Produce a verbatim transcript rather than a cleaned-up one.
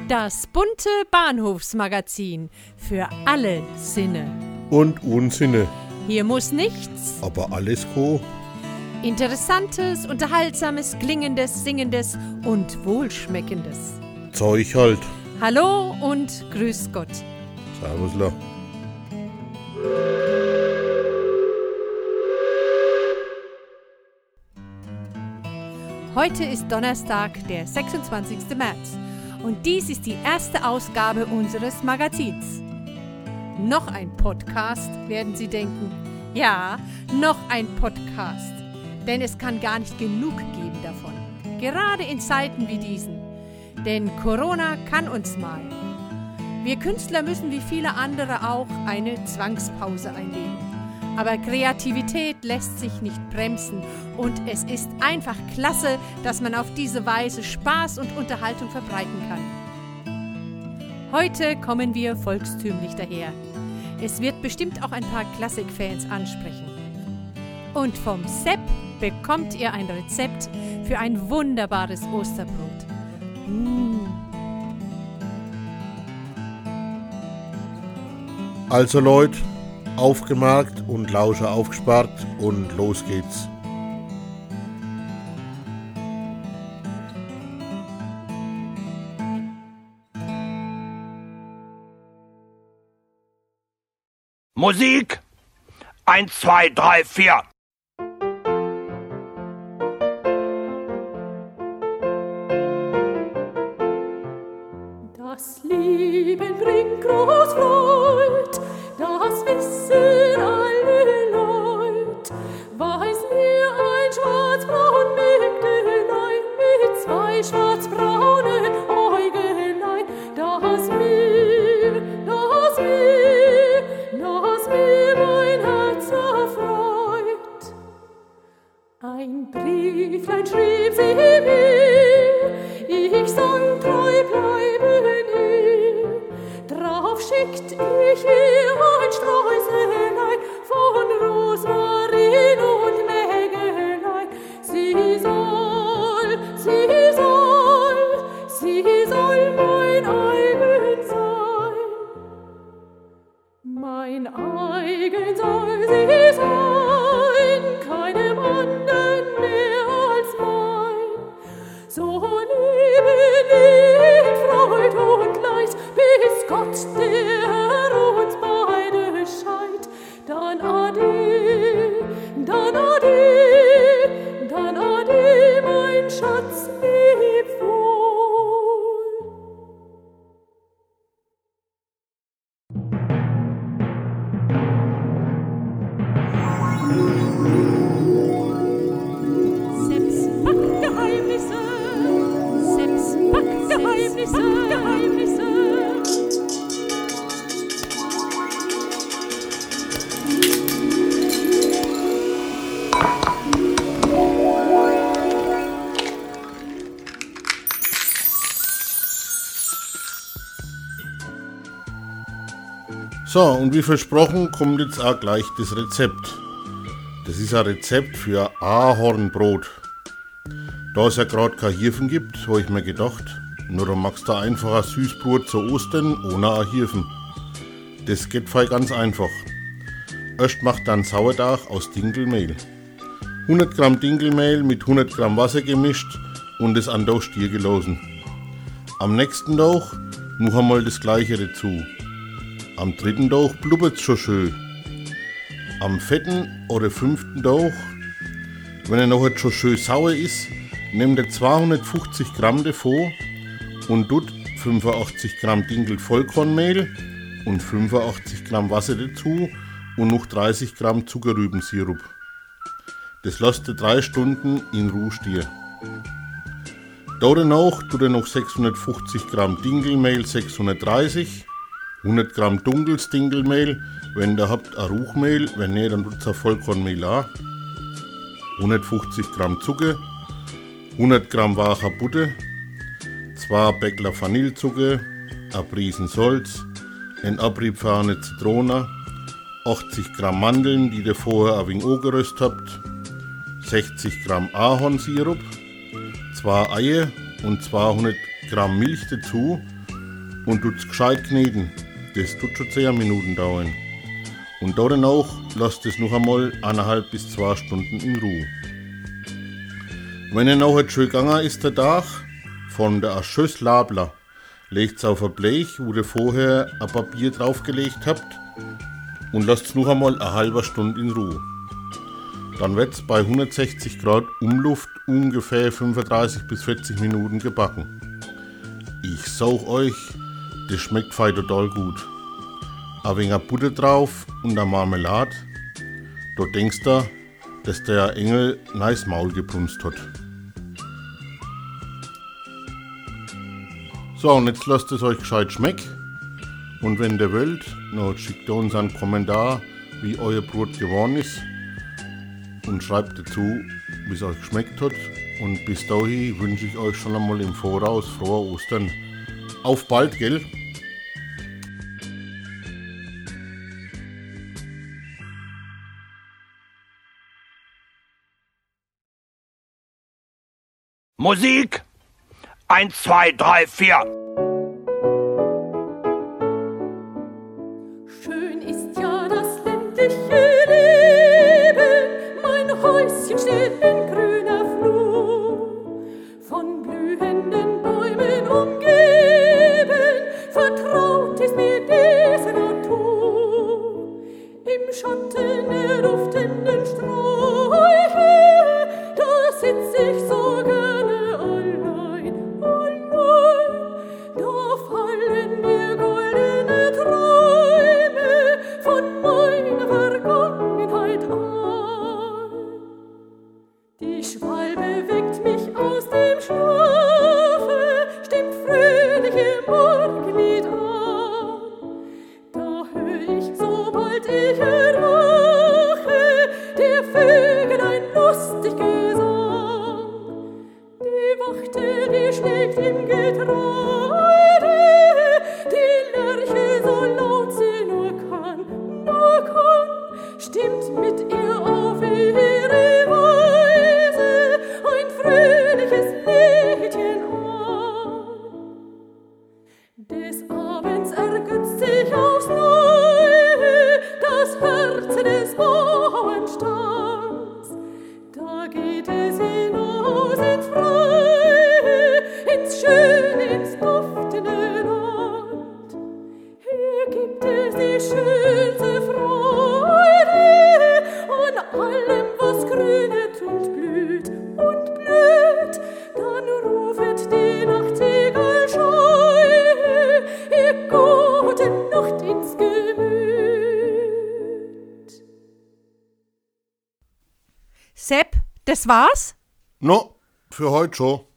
Das bunte Bahnhofsmagazin für alle Sinne. Und Unsinne. Hier muss nichts, Aber alles co. Interessantes, Unterhaltsames, Klingendes, Singendes und Wohlschmeckendes. Zeug halt. Hallo und grüß Gott. Servusla. Heute ist Donnerstag, der sechsundzwanzigster März. Und dies ist die erste Ausgabe unseres Magazins. Noch ein Podcast, werden Sie denken. Ja, noch ein Podcast. Denn es kann gar nicht genug geben davon. Gerade in Zeiten wie diesen. Denn Corona kann uns mal. Wir Künstler müssen wie viele andere auch eine Zwangspause einlegen. Aber Kreativität lässt sich nicht bremsen und es ist einfach klasse, dass man auf diese Weise Spaß und Unterhaltung verbreiten kann. Heute kommen wir volkstümlich daher. Es wird bestimmt auch ein paar Klassikfans ansprechen. Und vom Sepp bekommt ihr ein Rezept für ein wunderbares Osterbrot. Mmh. Also Leute, aufgemerkt und Lauscher aufgespart und los geht's. Musik! Eins, zwei, drei, vier! Das Leben bringt groß Freud, das wissen alle Leut. Weiß mir ein schwarzbraun Mägdelein mit zwei schwarzbraunen Äugelein, das mir, das mir, das mir mein Herz erfreut. Ein Brieflein schrieb sie mir, ich soll treu bleiben ihr. Drauf schickt ich ihr ein Sträußelein von Rosmarin und Nägelein. Sie soll, sie soll, sie soll mein eigen sein. Mein eigen soll sie sein, keinem anderen mehr als mein. So leben in Freud und Leid, bis Gott der Herr uns beide scheit. Dann ade, dann ade, dann ade, mein Schatz, leb wohl. Sepps Backgeheimnisse, Sepps Backgeheimnisse, Backgeheimnisse. So, und wie versprochen kommt jetzt auch gleich das Rezept. Das ist ein Rezept für Ahornbrot. Da es ja gerade kein Hirfen gibt, habe ich mir gedacht, nur dann machst du einfach ein Süßbrot zu Ostern ohne ein Hirfen. Das geht voll ganz einfach. Erst macht dann Sauerteig aus Dinkelmehl. hundert Gramm Dinkelmehl mit hundert Gramm Wasser gemischt und es an den Stier gelassen. Am nächsten Tag noch einmal das gleiche dazu. Am dritten Tag blubbert's schon schön. Am vierten oder fünften Tag, wenn er noch schon schön sauer ist, nimmt er zweihundertfünfzig Gramm davon und tut fünfundachtzig Gramm Dinkel Vollkornmehl und fünfundachtzig Gramm Wasser dazu und noch dreißig Gramm Zuckerrübensirup. Das lässt er drei Stunden in Ruhe stehen. Danach tut er noch sechshundertfünfzig Gramm Dinkelmehl sechshundertdreißig, hundert Gramm dunkles Dinkelmehl, wenn ihr habt ein Ruchmehl, wenn nicht, dann tut ihr Vollkornmehl auch. hundertfünfzig Gramm Zucker, hundert Gramm wacher Butter, zwei Bäckler Vanillezucker, ein Prisen Salz, ein Abriebfahne Zitrone, achtzig Gramm Mandeln, die ihr vorher ein wenig angeröstet habt, sechzig Gramm Ahornsirup, zwei Eier und zweihundert Gramm Milch dazu und tut's gescheit kneten. Das tut schon zehn Minuten dauern. Und danach lasst es noch einmal eineinhalb bis zwei Stunden in Ruhe. Wenn ihr nachher schön gegangen ist der Tag, von der Schöss Labler, legt's auf ein Blech, wo ihr vorher ein Papier draufgelegt habt und lasst's noch einmal eine halbe Stunde in Ruhe. Dann wird's bei hundertsechzig Grad Umluft ungefähr fünfunddreißig bis vierzig Minuten gebacken. Ich sag euch, das schmeckt fein total gut. Ein wenig Butter drauf und eine Marmelade, da denkst du, dass der Engel nice Maul gebrunst hat. So, und jetzt lasst es euch gescheit schmecken. Und wenn ihr wollt, dann schickt ihr uns einen Kommentar, wie euer Brot geworden ist. Und schreibt dazu, wie es euch geschmeckt hat. Und bis dahin wünsche ich euch schon einmal im Voraus frohe Ostern. Auf bald, gell? Musik! Eins, zwei, drei, vier. Schön ist ja das ländliche Leben, mein Häuschen steht in grüner Flur, von blühenden Bäumen umgeben, vertraut ist mir diese Natur. Im Schatten der duftenden Sträucher, da sitz ich so gerne allein, allein, da fallen mir goldene Träume von meiner Vergangenheit an. Die Schwalbe weckt mich aus dem Schlafe, stimmt fröhlich ihr Morgenlied an. Da hör ich, sobald ich erwache, der Vögel ein lustig Gesang. Die Wachte, die schlägt im Getreide, die Lerche so laut sie nur kann, nur kann, stimmt mit ihr auf ihre Weise ein fröhliches Liedchen an. Des Abends ergötzt sich aufs Neue das Herz des Bauernstamms. Da geht es hinaus ins Freie, ins Schöne, ins duftende Land. Hier gibt es die schönste Freude an allem, was grünet und blüht und blüht. Dann rufet die Nachtigall scheu, ihr gute Nacht ins Gemüt. Sepp, das war's? No, für heute schon.